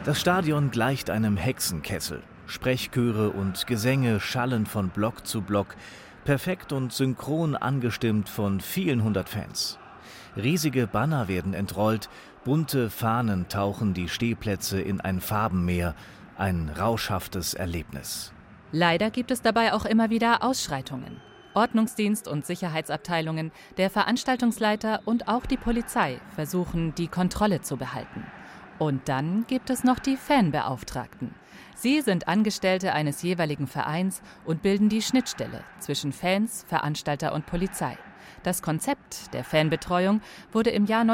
Das Stadion gleicht einem Hexenkessel. Sprechchöre und Gesänge schallen von Block zu Block, perfekt und synchron angestimmt von vielen hundert Fans. Riesige Banner werden entrollt, bunte Fahnen tauchen die Stehplätze in ein Farbenmeer, ein rauschhaftes Erlebnis. Leider gibt es dabei auch immer wieder Ausschreitungen. Ordnungsdienst und Sicherheitsabteilungen, der Veranstaltungsleiter und auch die Polizei versuchen, die Kontrolle zu behalten. Und dann gibt es noch die Fanbeauftragten. Sie sind Angestellte eines jeweiligen Vereins und bilden die Schnittstelle zwischen Fans, Veranstalter und Polizei. Das Konzept der Fanbetreuung wurde im Jahr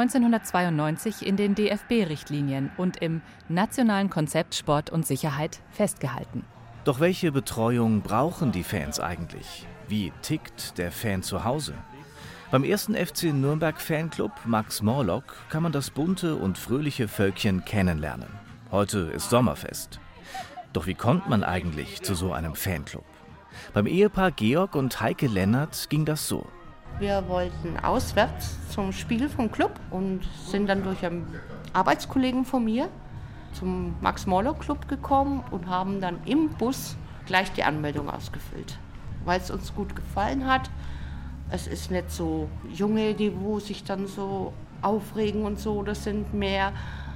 1992 in den DFB-Richtlinien und im Nationalen Konzept Sport und Sicherheit festgehalten. Doch welche Betreuung brauchen die Fans eigentlich? Wie tickt der Fan zu Hause? Beim 1. FC Nürnberg Fanclub Max Morlock kann man das bunte und fröhliche Völkchen kennenlernen. Heute ist Sommerfest. Doch wie kommt man eigentlich zu so einem Fanclub? Beim Ehepaar Georg und Heike Lennart ging das so. Wir wollten auswärts zum Spiel vom Club und sind dann durch einen Arbeitskollegen von mir zum Max Morlock Club gekommen und haben dann im Bus gleich die Anmeldung ausgefüllt, weil es uns gut gefallen hat. Es ist nicht so junge, die wo sich dann so aufregen und so, das sind mehr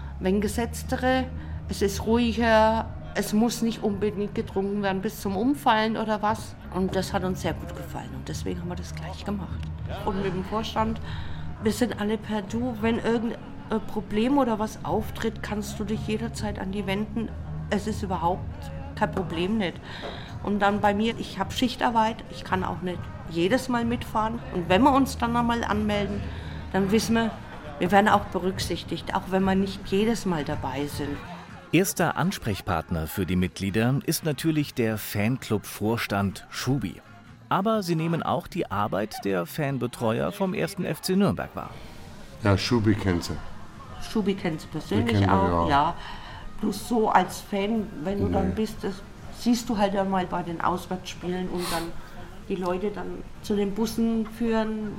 gesetztere. Es ist ruhiger, es muss nicht unbedingt getrunken werden bis zum Umfallen oder was. Und das hat uns sehr gut gefallen und deswegen haben wir das gleich gemacht. Und mit dem Vorstand, wir sind alle per Du. Wenn irgendein Problem oder was auftritt, kannst du dich jederzeit an die wenden. Es ist überhaupt kein Problem nicht. Und dann bei mir, ich habe Schichtarbeit, ich kann auch nicht jedes Mal mitfahren. Und wenn wir uns dann einmal anmelden, dann wissen wir werden auch berücksichtigt, auch wenn wir nicht jedes Mal dabei sind. Erster Ansprechpartner für die Mitglieder ist natürlich der Fanclub-Vorstand Schubi. Aber sie nehmen auch die Arbeit der Fanbetreuer vom 1. FC Nürnberg wahr. Ja, Schubi kennt sie. Schubi kennt sie persönlich auch, ja. Bloß so als Fan, wenn du dann bist, das siehst du halt einmal bei den Auswärtsspielen und dann die Leute dann zu den Bussen führen,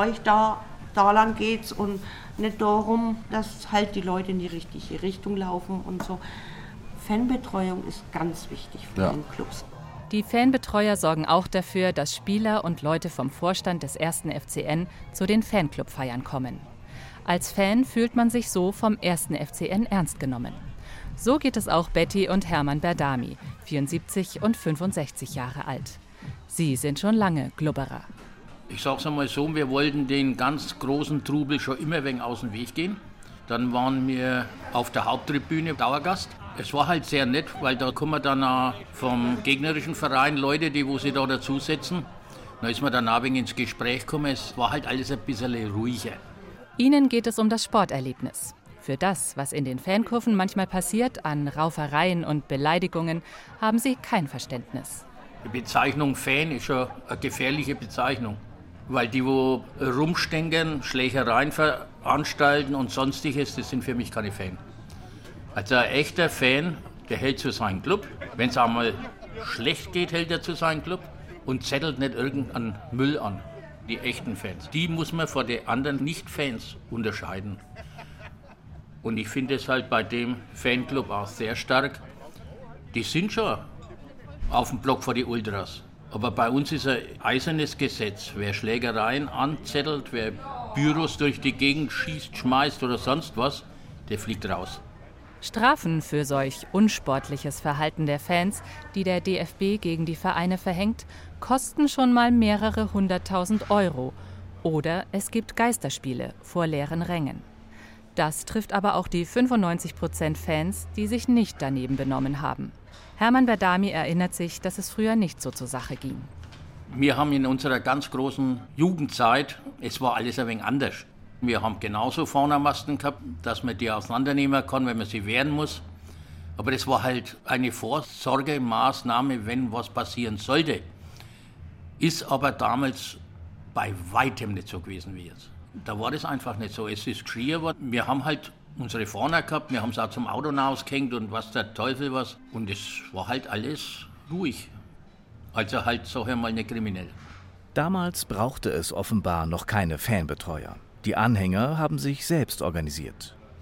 da lang geht's und nicht darum, dass halt die Leute in die richtige Richtung laufen und so. Fanbetreuung ist ganz wichtig für den Clubs. Die Fanbetreuer sorgen auch dafür, dass Spieler und Leute vom Vorstand des 1. FCN zu den Fanclubfeiern kommen. Als Fan fühlt man sich so vom 1. FCN ernst genommen. So geht es auch Betty und Hermann Berdami, 74 und 65 Jahre alt. Sie sind schon lange Glubberer. Ich sag's einmal so, wir wollten den ganz großen Trubel schon immer ein wenig aus dem Weg gehen. Dann waren wir auf der Haupttribüne Dauergast. Es war halt sehr nett, weil da kommen dann auch vom gegnerischen Verein Leute, wo sie da dazusetzen. Da ist man dann ein wenig ins Gespräch gekommen. Es war halt alles ein bisschen ruhiger. Ihnen geht es um das Sporterlebnis. Für das, was in den Fankurven manchmal passiert, an Raufereien und Beleidigungen, haben sie kein Verständnis. Die Bezeichnung Fan ist schon eine gefährliche Bezeichnung. Weil die, wo rumstecken, Schlägereien veranstalten und Sonstiges, das sind für mich keine Fan. Also ein echter Fan, der hält zu seinem Club. Wenn es einmal schlecht geht, hält er zu seinem Club und zettelt nicht irgendeinen Müll an. Die echten Fans. Die muss man vor den anderen Nicht-Fans unterscheiden. Und ich finde es halt bei dem Fanclub auch sehr stark. Die sind schon auf dem Block vor die Ultras. Aber bei uns ist ein eisernes Gesetz. Wer Schlägereien anzettelt, wer Büros durch die Gegend schießt, schmeißt oder sonst was, der fliegt raus. Strafen für solch unsportliches Verhalten der Fans, die der DFB gegen die Vereine verhängt, kosten schon mal mehrere 100.000 €. Oder es gibt Geisterspiele vor leeren Rängen. Das trifft aber auch die 95% Fans, die sich nicht daneben benommen haben. Hermann Berdami erinnert sich, dass es früher nicht so zur Sache ging. Wir haben in unserer ganz großen Jugendzeit, es war alles ein wenig anders. Wir haben genauso Faunamasten gehabt, dass man die auseinandernehmen kann, wenn man sie wehren muss. Aber das war halt eine Vorsorgemaßnahme, wenn was passieren sollte. Ist aber damals bei weitem nicht so gewesen wie jetzt. Da war das einfach nicht so. Es ist geschrien worden. Wir haben halt unsere Fahner gehabt, wir haben es auch zum Auto rausgehängt und was der Teufel was. Und es war halt alles ruhig. Also halt, sag ich mal, nicht kriminell. Damals brauchte es offenbar noch keine Fanbetreuer. Die Anhänger haben sich selbst organisiert.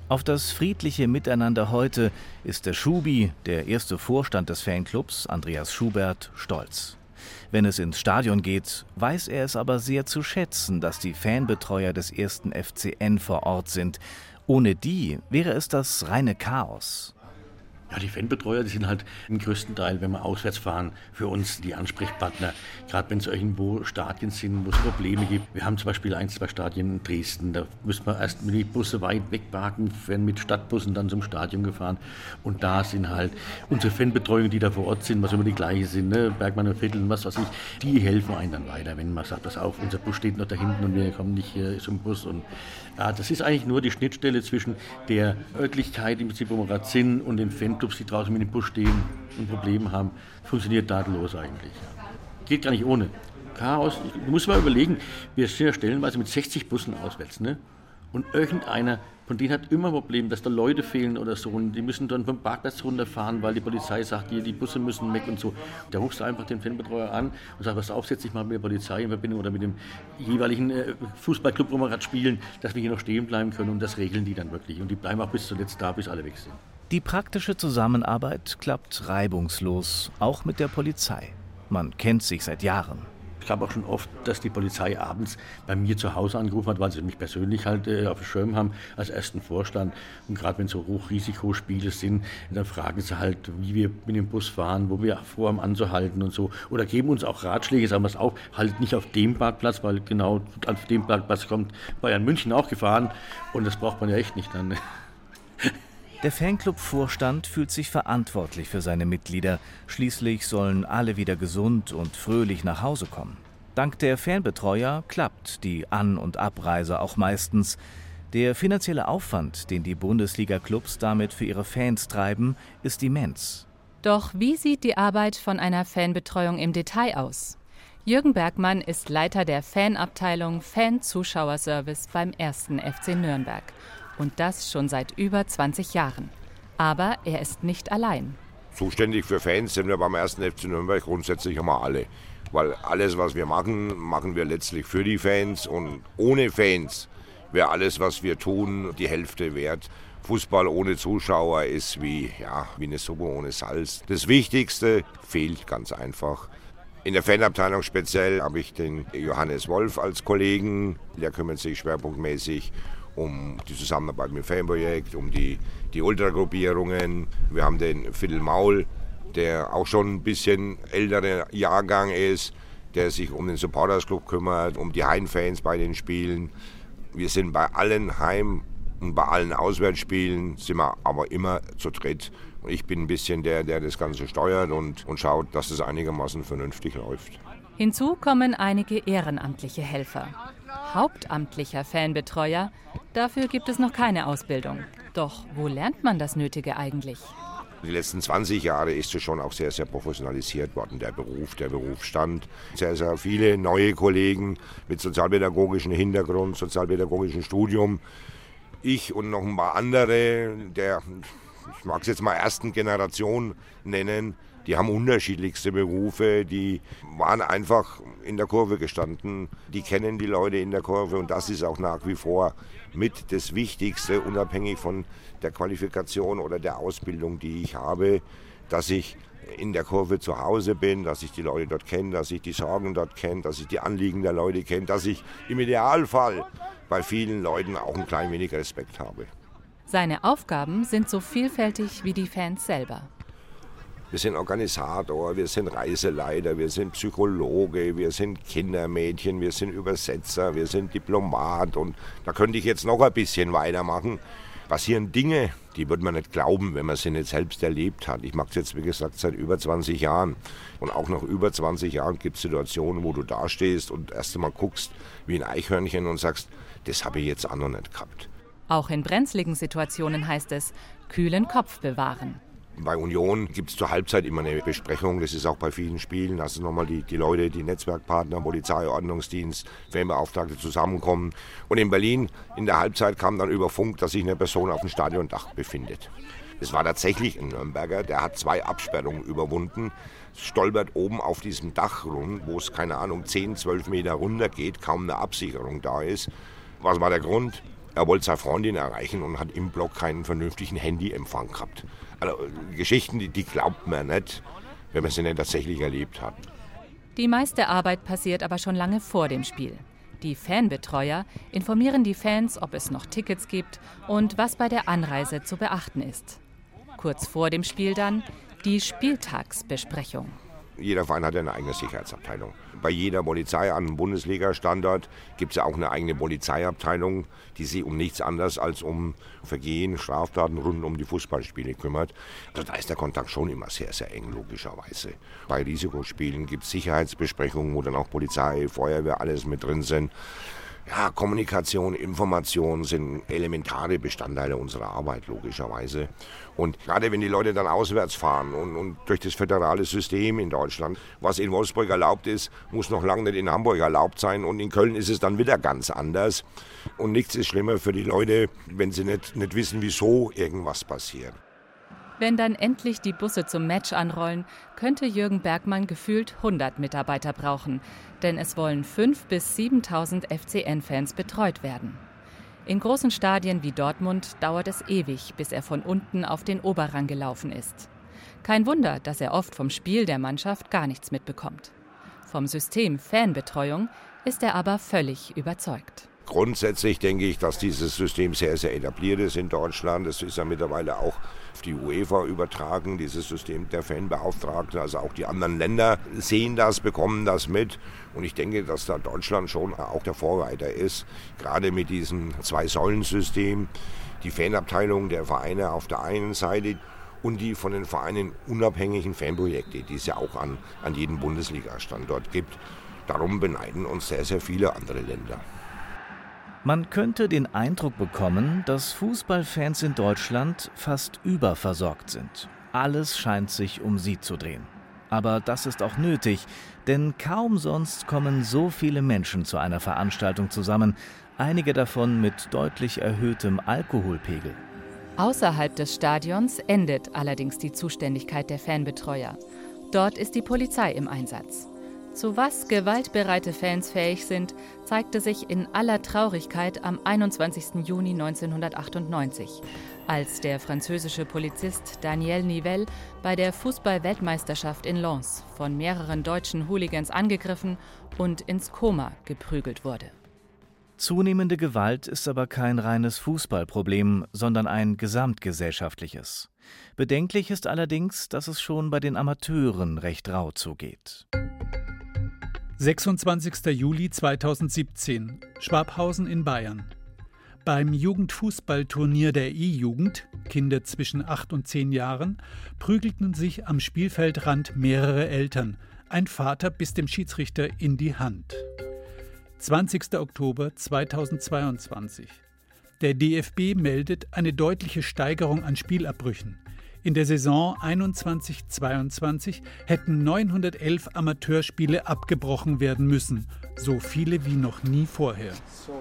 Auf das friedliche Miteinander heute ist der Schubi, der erste Vorstand des Fanclubs, Andreas Schubert, stolz. Wenn es ins Stadion geht, weiß er es aber sehr zu schätzen, dass die Fanbetreuer des 1. FCN vor Ort sind. Ohne die wäre es das reine Chaos. Ja, die Fanbetreuer, die sind halt im größten Teil, wenn wir auswärts fahren, für uns die Ansprechpartner. Gerade wenn es irgendwo Stadien sind, wo es Probleme gibt. Wir haben zum Beispiel 1-2 Stadien in Dresden. Da müssen wir erst mit die Busse weit wegparken, werden mit Stadtbussen dann zum Stadion gefahren. Und da sind halt unsere Fanbetreuer, die da vor Ort sind, was immer die gleiche sind, ne? Bergmann und Viertel, was weiß ich, die helfen einem dann weiter. Wenn man sagt, pass auf, unser Bus steht noch da hinten und wir kommen nicht hier zum Bus. Und ja, das ist eigentlich nur die Schnittstelle zwischen der Örtlichkeit, im Prinzip, wo wir gerade sind, und den Fanclubs, die draußen mit dem Bus stehen und Probleme haben. Funktioniert tadellos eigentlich. Geht gar nicht ohne. Chaos, du musst mal überlegen, wir sind ja stellenweise mit 60 Bussen auswärts, ne? Und irgendeiner von denen hat immer ein Problem, dass da Leute fehlen oder so. Und die müssen dann vom Parkplatz runterfahren, weil die Polizei sagt, die Busse müssen weg und so. Da rufst du einfach den Fanbetreuer an und sagst, pass auf, setz dich mal mit der Polizei in Verbindung oder mit dem jeweiligen Fußballclub, wo wir gerade spielen, dass wir hier noch stehen bleiben können. Und das regeln die dann wirklich. Und die bleiben auch bis zuletzt da, bis alle weg sind. Die praktische Zusammenarbeit klappt reibungslos, auch mit der Polizei. Man kennt sich seit Jahren. Ich glaube auch schon oft, dass die Polizei abends bei mir zu Hause angerufen hat, weil sie mich persönlich halt auf dem Schirm haben als ersten Vorstand. Und gerade wenn so Hochrisikospiele sind, dann fragen sie halt, wie wir mit dem Bus fahren, wo wir vorhaben anzuhalten und so. Oder geben uns auch Ratschläge, sagen wir es auch, halt nicht auf dem Parkplatz, weil genau auf dem Parkplatz kommt Bayern München auch gefahren. Und das braucht man ja echt nicht dann. Der Fanclub-Vorstand fühlt sich verantwortlich für seine Mitglieder. Schließlich sollen alle wieder gesund und fröhlich nach Hause kommen. Dank der Fanbetreuer klappt die An- und Abreise auch meistens. Der finanzielle Aufwand, den die Bundesliga-Clubs damit für ihre Fans treiben, ist immens. Doch wie sieht die Arbeit von einer Fanbetreuung im Detail aus? Jürgen Bergmann ist Leiter der Fanabteilung Fan-Zuschauerservice beim 1. FC Nürnberg. Und das schon seit über 20 Jahren. Aber er ist nicht allein. Zuständig für Fans sind wir beim 1. FC Nürnberg grundsätzlich immer alle. Weil alles, was wir machen, machen wir letztlich für die Fans. Und ohne Fans wäre alles, was wir tun, die Hälfte wert. Fußball ohne Zuschauer ist wie eine Suppe ohne Salz. Das Wichtigste fehlt ganz einfach. In der Fanabteilung speziell habe ich den Johannes Wolf als Kollegen. Der kümmert sich schwerpunktmäßig um die Zusammenarbeit mit dem Fanprojekt, um die Ultragruppierungen. Wir haben den Phil Maul, der auch schon ein bisschen älterer Jahrgang ist, der sich um den Supporters Club kümmert, um die Heimfans bei den Spielen. Wir sind bei allen Heim- und bei allen Auswärtsspielen, sind wir aber immer zu dritt. Und ich bin ein bisschen der das Ganze steuert und schaut, dass es einigermaßen vernünftig läuft. Hinzu kommen einige ehrenamtliche Helfer. Hauptamtlicher Fanbetreuer, dafür gibt es noch keine Ausbildung. Doch wo lernt man das Nötige eigentlich? Die letzten 20 Jahre ist es schon auch sehr, sehr professionalisiert worden, der Berufsstand. Sehr, sehr viele neue Kollegen mit sozialpädagogischem Hintergrund, sozialpädagogischem Studium. Ich und noch ein paar andere, ich mag es jetzt mal ersten Generation nennen, die haben unterschiedlichste Berufe, die waren einfach in der Kurve gestanden, die kennen die Leute in der Kurve und das ist auch nach wie vor mit das Wichtigste, unabhängig von der Qualifikation oder der Ausbildung, die ich habe, dass ich in der Kurve zu Hause bin, dass ich die Leute dort kenne, dass ich die Sorgen dort kenne, dass ich die Anliegen der Leute kenne, dass ich im Idealfall bei vielen Leuten auch ein klein wenig Respekt habe. Seine Aufgaben sind so vielfältig wie die Fans selber. Wir sind Organisator, wir sind Reiseleiter, wir sind Psychologe, wir sind Kindermädchen, wir sind Übersetzer, wir sind Diplomat und da könnte ich jetzt noch ein bisschen weitermachen. Passieren Dinge, die wird man nicht glauben, wenn man sie nicht selbst erlebt hat. Ich mache es jetzt, wie gesagt, seit über 20 Jahren. Und auch nach über 20 Jahren gibt es Situationen, wo du dastehst und erst einmal guckst wie ein Eichhörnchen und sagst, das habe ich jetzt auch noch nicht gehabt. Auch in brenzligen Situationen heißt es, kühlen Kopf bewahren. Bei Union gibt es zur Halbzeit immer eine Besprechung, das ist auch bei vielen Spielen, hast du nochmal die Leute, die Netzwerkpartner, Polizei, Ordnungsdienst, Fanbeauftragte zusammenkommen. Und in Berlin in der Halbzeit kam dann über Funk, dass sich eine Person auf dem Stadiondach befindet. Es war tatsächlich ein Nürnberger, der hat 2 Absperrungen überwunden, stolpert oben auf diesem Dach rum, wo es, 10, 12 Meter runter geht, kaum eine Absicherung da ist. Was war der Grund? Er wollte seine Freundin erreichen und hat im Block keinen vernünftigen Handyempfang gehabt. Also Geschichten, die glaubt man nicht, wenn man sie nicht tatsächlich erlebt hat. Die meiste Arbeit passiert aber schon lange vor dem Spiel. Die Fanbetreuer informieren die Fans, ob es noch Tickets gibt und was bei der Anreise zu beachten ist. Kurz vor dem Spiel dann die Spieltagsbesprechung. Jeder Verein hat eine eigene Sicherheitsabteilung. Bei jeder Polizei an einem Bundesliga-Standort gibt es ja auch eine eigene Polizeiabteilung, die sich um nichts anderes als um Vergehen, Straftaten rund um die Fußballspiele kümmert. Also da ist der Kontakt schon immer sehr, sehr eng, logischerweise. Bei Risikospielen gibt es Sicherheitsbesprechungen, wo dann auch Polizei, Feuerwehr, alles mit drin sind. Ja, Kommunikation, Information sind elementare Bestandteile unserer Arbeit, logischerweise. Und gerade wenn die Leute dann auswärts fahren und durch das föderale System in Deutschland, was in Wolfsburg erlaubt ist, muss noch lange nicht in Hamburg erlaubt sein. Und in Köln ist es dann wieder ganz anders. Und nichts ist schlimmer für die Leute, wenn sie nicht wissen, wieso irgendwas passiert. Wenn dann endlich die Busse zum Match anrollen, könnte Jürgen Bergmann gefühlt 100 Mitarbeiter brauchen. Denn es wollen 5.000 bis 7.000 FCN-Fans betreut werden. In großen Stadien wie Dortmund dauert es ewig, bis er von unten auf den Oberrang gelaufen ist. Kein Wunder, dass er oft vom Spiel der Mannschaft gar nichts mitbekommt. Vom System Fanbetreuung ist er aber völlig überzeugt. Grundsätzlich denke ich, dass dieses System sehr, sehr etabliert ist in Deutschland. Es ist ja mittlerweile auch auf die UEFA übertragen, dieses System der Fanbeauftragten. Also auch die anderen Länder sehen das, bekommen das mit. Und ich denke, dass da Deutschland schon auch der Vorreiter ist, gerade mit diesem Zwei-Säulen-System. Die Fanabteilung der Vereine auf der einen Seite und die von den Vereinen unabhängigen Fanprojekte, die es ja auch an jedem Bundesliga-Standort gibt. Darum beneiden uns sehr, sehr viele andere Länder. Man könnte den Eindruck bekommen, dass Fußballfans in Deutschland fast überversorgt sind. Alles scheint sich um sie zu drehen. Aber das ist auch nötig, denn kaum sonst kommen so viele Menschen zu einer Veranstaltung zusammen, einige davon mit deutlich erhöhtem Alkoholpegel. Außerhalb des Stadions endet allerdings die Zuständigkeit der Fanbetreuer. Dort ist die Polizei im Einsatz. Zu was gewaltbereite Fans fähig sind, zeigte sich in aller Traurigkeit am 21. Juni 1998, als der französische Polizist Daniel Nivelle bei der Fußball-Weltmeisterschaft in Lens von mehreren deutschen Hooligans angegriffen und ins Koma geprügelt wurde. Zunehmende Gewalt ist aber kein reines Fußballproblem, sondern ein gesamtgesellschaftliches. Bedenklich ist allerdings, dass es schon bei den Amateuren recht rau zugeht. 26. Juli 2017, Schwabhausen in Bayern. Beim Jugendfußballturnier der E-Jugend, Kinder zwischen 8 und 10 Jahren, prügelten sich am Spielfeldrand mehrere Eltern. Ein Vater biss dem Schiedsrichter in die Hand. 20. Oktober 2022. Der DFB meldet eine deutliche Steigerung an Spielabbrüchen. In der Saison 21/22 hätten 911 Amateurspiele abgebrochen werden müssen, so viele wie noch nie vorher.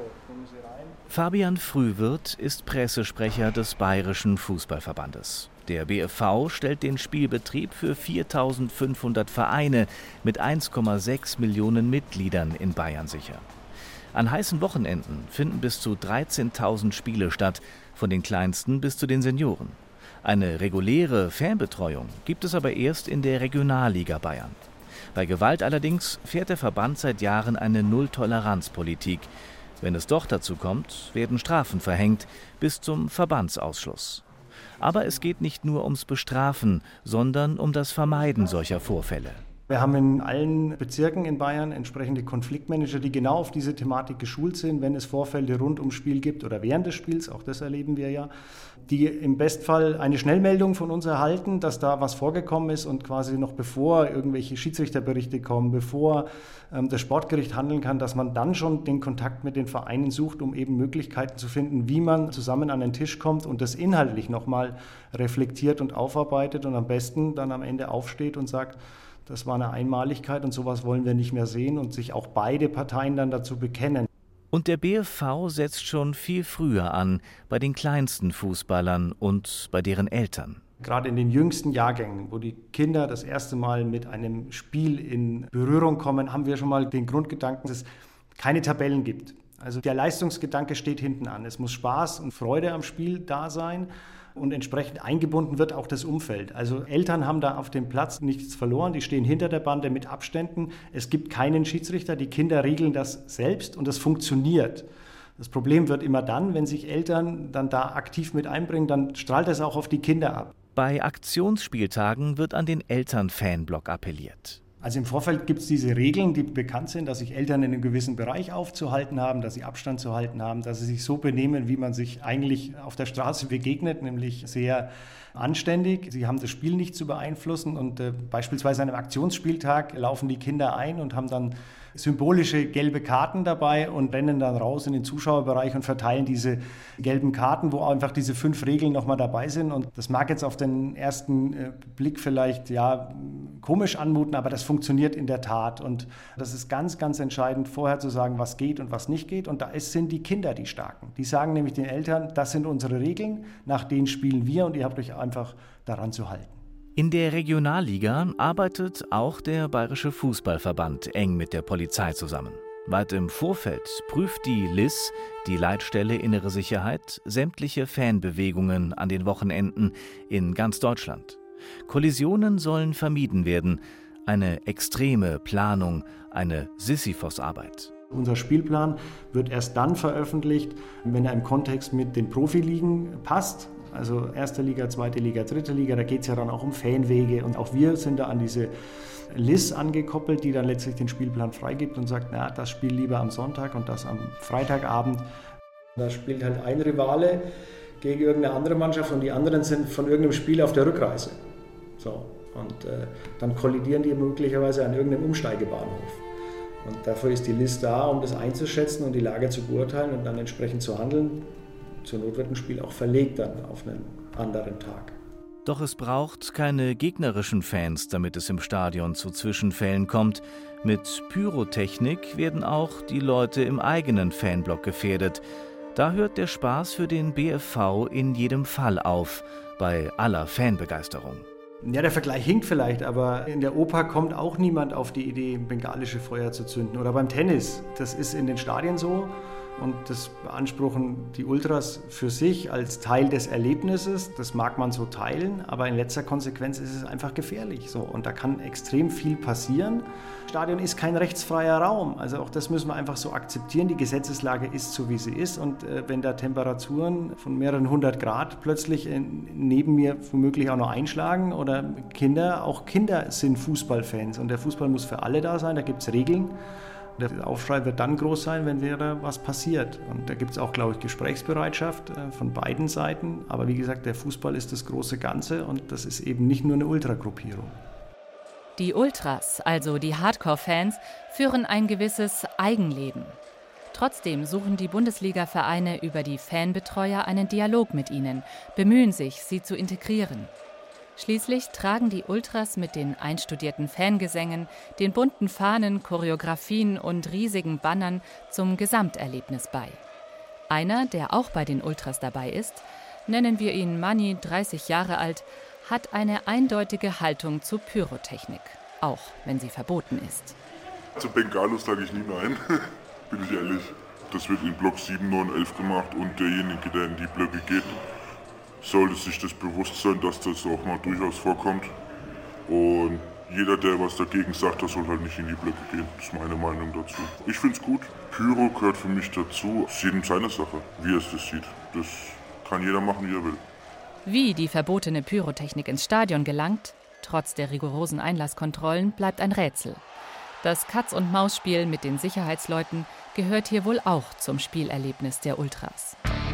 Fabian Frühwirth ist Pressesprecher des Bayerischen Fußballverbandes. Der BFV stellt den Spielbetrieb für 4.500 Vereine mit 1,6 Millionen Mitgliedern in Bayern sicher. An heißen Wochenenden finden bis zu 13.000 Spiele statt, von den kleinsten bis zu den Senioren. Eine reguläre Fanbetreuung gibt es aber erst in der Regionalliga Bayern. Bei Gewalt allerdings fährt der Verband seit Jahren eine Null-Toleranz-Politik. Wenn es doch dazu kommt, werden Strafen verhängt, bis zum Verbandsausschluss. Aber es geht nicht nur ums Bestrafen, sondern um das Vermeiden solcher Vorfälle. Wir haben in allen Bezirken in Bayern entsprechende Konfliktmanager, die genau auf diese Thematik geschult sind, wenn es Vorfälle rund ums Spiel gibt oder während des Spiels, auch das erleben wir ja, die im Bestfall eine Schnellmeldung von uns erhalten, dass da was vorgekommen ist und quasi noch bevor irgendwelche Schiedsrichterberichte kommen, bevor das Sportgericht handeln kann, dass man dann schon den Kontakt mit den Vereinen sucht, um eben Möglichkeiten zu finden, wie man zusammen an den Tisch kommt und das inhaltlich nochmal reflektiert und aufarbeitet und am besten dann am Ende aufsteht und sagt, das war eine Einmaligkeit und sowas wollen wir nicht mehr sehen und sich auch beide Parteien dann dazu bekennen. Und der BFV setzt schon viel früher an, bei den kleinsten Fußballern und bei deren Eltern. Gerade in den jüngsten Jahrgängen, wo die Kinder das erste Mal mit einem Spiel in Berührung kommen, haben wir schon mal den Grundgedanken, dass es keine Tabellen gibt. Also der Leistungsgedanke steht hinten an. Es muss Spaß und Freude am Spiel da sein. Und entsprechend eingebunden wird auch das Umfeld. Also Eltern haben da auf dem Platz nichts verloren, die stehen hinter der Bande mit Abständen. Es gibt keinen Schiedsrichter, die Kinder regeln das selbst und das funktioniert. Das Problem wird immer dann, wenn sich Eltern dann da aktiv mit einbringen, dann strahlt das auch auf die Kinder ab. Bei Aktionsspieltagen wird an den Eltern-Fanblock appelliert. Also im Vorfeld gibt es diese Regeln, die bekannt sind, dass sich Eltern in einem gewissen Bereich aufzuhalten haben, dass sie Abstand zu halten haben, dass sie sich so benehmen, wie man sich eigentlich auf der Straße begegnet, nämlich sehr anständig. Sie haben das Spiel nicht zu beeinflussen und beispielsweise an einem Aktionsspieltag laufen die Kinder ein und haben dann symbolische gelbe Karten dabei und rennen dann raus in den Zuschauerbereich und verteilen diese gelben Karten, wo einfach diese 5 Regeln nochmal dabei sind. Und das mag jetzt auf den ersten Blick vielleicht komisch anmuten, aber das funktioniert in der Tat. Und das ist ganz, ganz entscheidend, vorher zu sagen, was geht und was nicht geht. Und da sind die Kinder die Starken. Die sagen nämlich den Eltern, das sind unsere Regeln, nach denen spielen wir und ihr habt euch einfach daran zu halten. In der Regionalliga arbeitet auch der Bayerische Fußballverband eng mit der Polizei zusammen. Weit im Vorfeld prüft die LIS, die Leitstelle Innere Sicherheit, sämtliche Fanbewegungen an den Wochenenden in ganz Deutschland. Kollisionen sollen vermieden werden. Eine extreme Planung, eine Sisyphos-Arbeit. Unser Spielplan wird erst dann veröffentlicht, wenn er im Kontext mit den Profiligen passt. Also 1. Liga, 2. Liga, 3. Liga, da geht es ja dann auch um Fanwege. Und auch wir sind da an diese LIS angekoppelt, die dann letztlich den Spielplan freigibt und sagt, na, das Spiel lieber am Sonntag und das am Freitagabend. Da spielt halt ein Rivale gegen irgendeine andere Mannschaft und die anderen sind von irgendeinem Spiel auf der Rückreise. So, und dann kollidieren die möglicherweise an irgendeinem Umsteigebahnhof. Und dafür ist die LIS da, um das einzuschätzen und die Lage zu beurteilen und dann entsprechend zu handeln. Zur Not wird ein Spiel auch verlegt dann auf einen anderen Tag. Doch es braucht keine gegnerischen Fans, damit es im Stadion zu Zwischenfällen kommt. Mit Pyrotechnik werden auch die Leute im eigenen Fanblock gefährdet. Da hört der Spaß für den BFV in jedem Fall auf, bei aller Fanbegeisterung. Ja, der Vergleich hinkt vielleicht, aber in der Oper kommt auch niemand auf die Idee, bengalische Feuer zu zünden. Oder beim Tennis, das ist in den Stadien so. Und das beanspruchen die Ultras für sich als Teil des Erlebnisses. Das mag man so teilen, aber in letzter Konsequenz ist es einfach gefährlich. So. Und da kann extrem viel passieren. Das Stadion ist kein rechtsfreier Raum. Also auch das müssen wir einfach so akzeptieren. Die Gesetzeslage ist so, wie sie ist. Und wenn da Temperaturen von mehreren 100 Grad plötzlich neben mir womöglich auch noch einschlagen oder auch Kinder sind Fußballfans. Und der Fußball muss für alle da sein. Da gibt es Regeln. Der Aufschrei wird dann groß sein, wenn da was passiert. Und da gibt es auch, glaube ich, Gesprächsbereitschaft von beiden Seiten. Aber wie gesagt, der Fußball ist das große Ganze und das ist eben nicht nur eine Ultragruppierung. Die Ultras, also die Hardcore-Fans, führen ein gewisses Eigenleben. Trotzdem suchen die Bundesliga-Vereine über die Fanbetreuer einen Dialog mit ihnen, bemühen sich, sie zu integrieren. Schließlich tragen die Ultras mit den einstudierten Fangesängen, den bunten Fahnen, Choreografien und riesigen Bannern zum Gesamterlebnis bei. Einer, der auch bei den Ultras dabei ist, nennen wir ihn Manni, 30 Jahre alt, hat eine eindeutige Haltung zu Pyrotechnik, auch wenn sie verboten ist. Zu Bengalos sage ich nie nein, bin ich ehrlich. Das wird in Block 7, 9, 11 gemacht und derjenige, der in die Blöcke geht, sollte sich das bewusst sein, dass das auch mal durchaus vorkommt. Und jeder, der was dagegen sagt, der soll halt nicht in die Blöcke gehen. Das ist meine Meinung dazu. Ich finde es gut. Pyro gehört für mich dazu. Es ist jedem seine Sache, wie er es das sieht. Das kann jeder machen, wie er will. Wie die verbotene Pyrotechnik ins Stadion gelangt, trotz der rigorosen Einlasskontrollen, bleibt ein Rätsel. Das Katz-und-Maus-Spiel mit den Sicherheitsleuten gehört hier wohl auch zum Spielerlebnis der Ultras.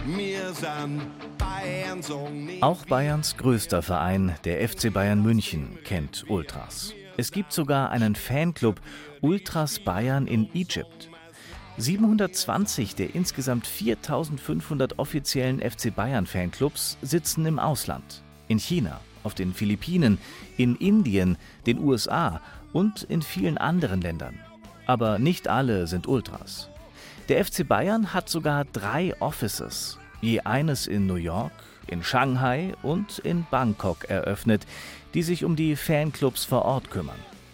Auch Bayerns größter Verein, der FC Bayern München, kennt Ultras. Es gibt sogar einen Fanclub, Ultras Bayern in Egypt. 720 der insgesamt 4.500 offiziellen FC Bayern Fanclubs sitzen im Ausland. In China, auf den Philippinen, in Indien, den USA und in vielen anderen Ländern. Aber nicht alle sind Ultras. Der FC Bayern hat sogar 3 Offices, je eines in New York, in Shanghai und in Bangkok eröffnet, die sich um die Fanclubs vor Ort kümmern.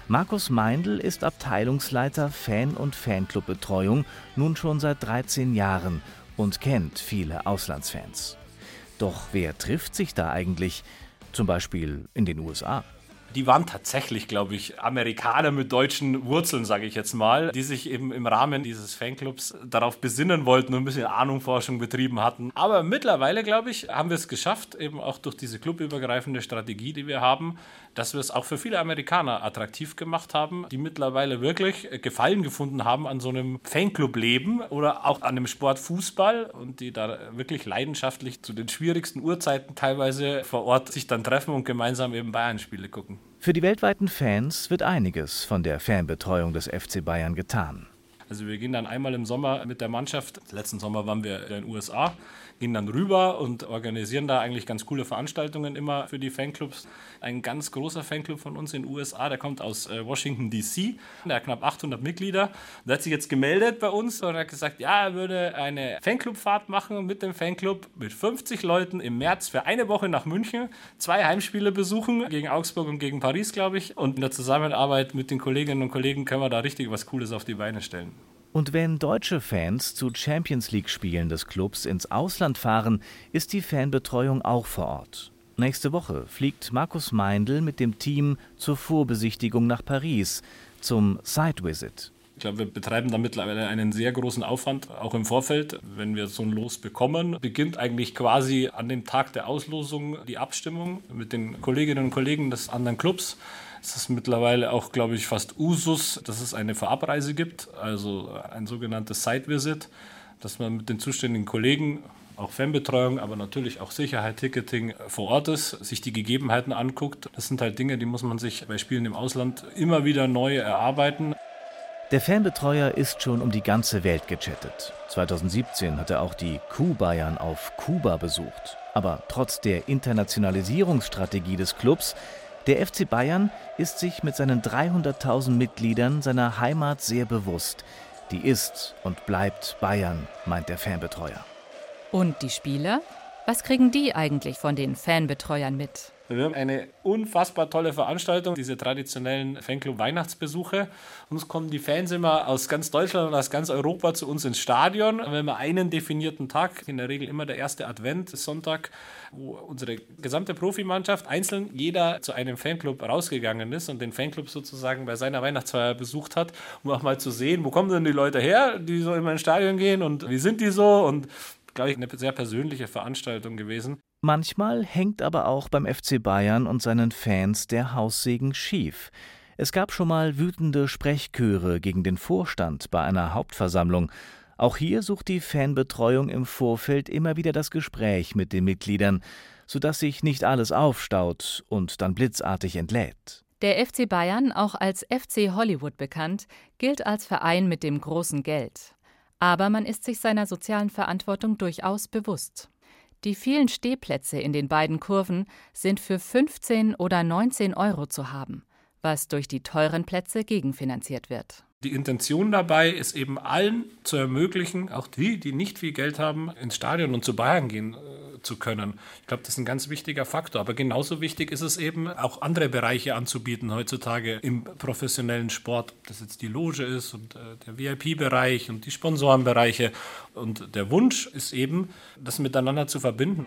Markus Meindl ist Abteilungsleiter Fan- und Fanclubbetreuung nun schon seit 13 Jahren und kennt viele Auslandsfans. Doch wer trifft sich da eigentlich? Zum Beispiel in den USA. Die waren tatsächlich, glaube ich, Amerikaner mit deutschen Wurzeln, sage ich jetzt mal, die sich eben im Rahmen dieses Fanclubs darauf besinnen wollten und ein bisschen Ahnungsforschung betrieben hatten. Aber mittlerweile, glaube ich, haben wir es geschafft, eben auch durch diese clubübergreifende Strategie, die wir haben, dass wir es auch für viele Amerikaner attraktiv gemacht haben, die mittlerweile wirklich Gefallen gefunden haben an so einem Fanclub-Leben oder auch an dem Sport Fußball und die da wirklich leidenschaftlich zu den schwierigsten Uhrzeiten teilweise vor Ort sich dann treffen und gemeinsam eben Bayern-Spiele gucken. Für die weltweiten Fans wird einiges von der Fanbetreuung des FC Bayern getan. Also wir gehen dann einmal im Sommer mit der Mannschaft, letzten Sommer waren wir in den USA, gehen dann rüber und organisieren da eigentlich ganz coole Veranstaltungen immer für die Fanclubs. Ein ganz großer Fanclub von uns in den USA, der kommt aus Washington D.C., der hat knapp 800 Mitglieder. Der hat sich jetzt gemeldet bei uns und hat gesagt, ja, er würde eine Fanclubfahrt machen mit dem Fanclub mit 50 Leuten im März für eine Woche nach München, 2 Heimspiele besuchen, gegen Augsburg und gegen Paris, glaube ich. Und in der Zusammenarbeit mit den Kolleginnen und Kollegen können wir da richtig was Cooles auf die Beine stellen. Und wenn deutsche Fans zu Champions-League-Spielen des Clubs ins Ausland fahren, ist die Fanbetreuung auch vor Ort. Nächste Woche fliegt Markus Meindl mit dem Team zur Vorbesichtigung nach Paris, zum Site-Visit. Ich glaube, wir betreiben da mittlerweile einen sehr großen Aufwand, auch im Vorfeld. Wenn wir so ein Los bekommen, beginnt eigentlich quasi an dem Tag der Auslosung die Abstimmung mit den Kolleginnen und Kollegen des anderen Clubs. Es ist mittlerweile auch, glaube ich, fast Usus, dass es eine Vorabreise gibt, also ein sogenanntes Site-Visit, dass man mit den zuständigen Kollegen, auch Fanbetreuung, aber natürlich auch Sicherheit, Ticketing vor Ort ist, sich die Gegebenheiten anguckt. Das sind halt Dinge, die muss man sich bei Spielen im Ausland immer wieder neu erarbeiten. Der Fanbetreuer ist schon um die ganze Welt gechattet. 2017 hat er auch die Q-Bayern auf Kuba besucht. Aber trotz der Internationalisierungsstrategie des Clubs, der FC Bayern ist sich mit seinen 300.000 Mitgliedern seiner Heimat sehr bewusst. Die ist und bleibt Bayern, meint der Fanbetreuer. Und die Spieler? Was kriegen die eigentlich von den Fanbetreuern mit? Wir haben eine unfassbar tolle Veranstaltung, diese traditionellen Fanclub-Weihnachtsbesuche. Uns kommen die Fans immer aus ganz Deutschland und aus ganz Europa zu uns ins Stadion. Wir haben einen definierten Tag, in der Regel immer der erste Advent, Sonntag, wo unsere gesamte Profimannschaft einzeln jeder zu einem Fanclub rausgegangen ist und den Fanclub sozusagen bei seiner Weihnachtsfeier besucht hat, um auch mal zu sehen, wo kommen denn die Leute her, die so immer ins Stadion gehen und wie sind die so, und glaube ich, eine sehr persönliche Veranstaltung gewesen. Manchmal hängt aber auch beim FC Bayern und seinen Fans der Haussegen schief. Es gab schon mal wütende Sprechchöre gegen den Vorstand bei einer Hauptversammlung. Auch hier sucht die Fanbetreuung im Vorfeld immer wieder das Gespräch mit den Mitgliedern, sodass sich nicht alles aufstaut und dann blitzartig entlädt. Der FC Bayern, auch als FC Hollywood bekannt, gilt als Verein mit dem großen Geld. Aber man ist sich seiner sozialen Verantwortung durchaus bewusst. Die vielen Stehplätze in den beiden Kurven sind für 15 oder 19 € zu haben, was durch die teuren Plätze gegenfinanziert wird. Die Intention dabei ist eben allen zu ermöglichen, auch die nicht viel Geld haben, ins Stadion und zu Bayern gehen zu können. Ich glaube, das ist ein ganz wichtiger Faktor. Aber genauso wichtig ist es eben, auch andere Bereiche anzubieten heutzutage im professionellen Sport. Ob das jetzt die Loge ist und der VIP-Bereich und die Sponsorenbereiche. Und der Wunsch ist eben, das miteinander zu verbinden.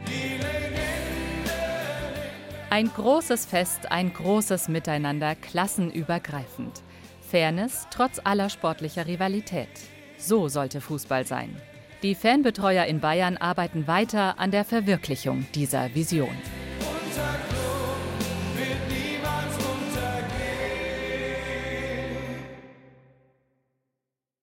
Ein großes Fest, ein großes Miteinander, klassenübergreifend. Fairness trotz aller sportlicher Rivalität. So sollte Fußball sein. Die Fanbetreuer in Bayern arbeiten weiter an der Verwirklichung dieser Vision.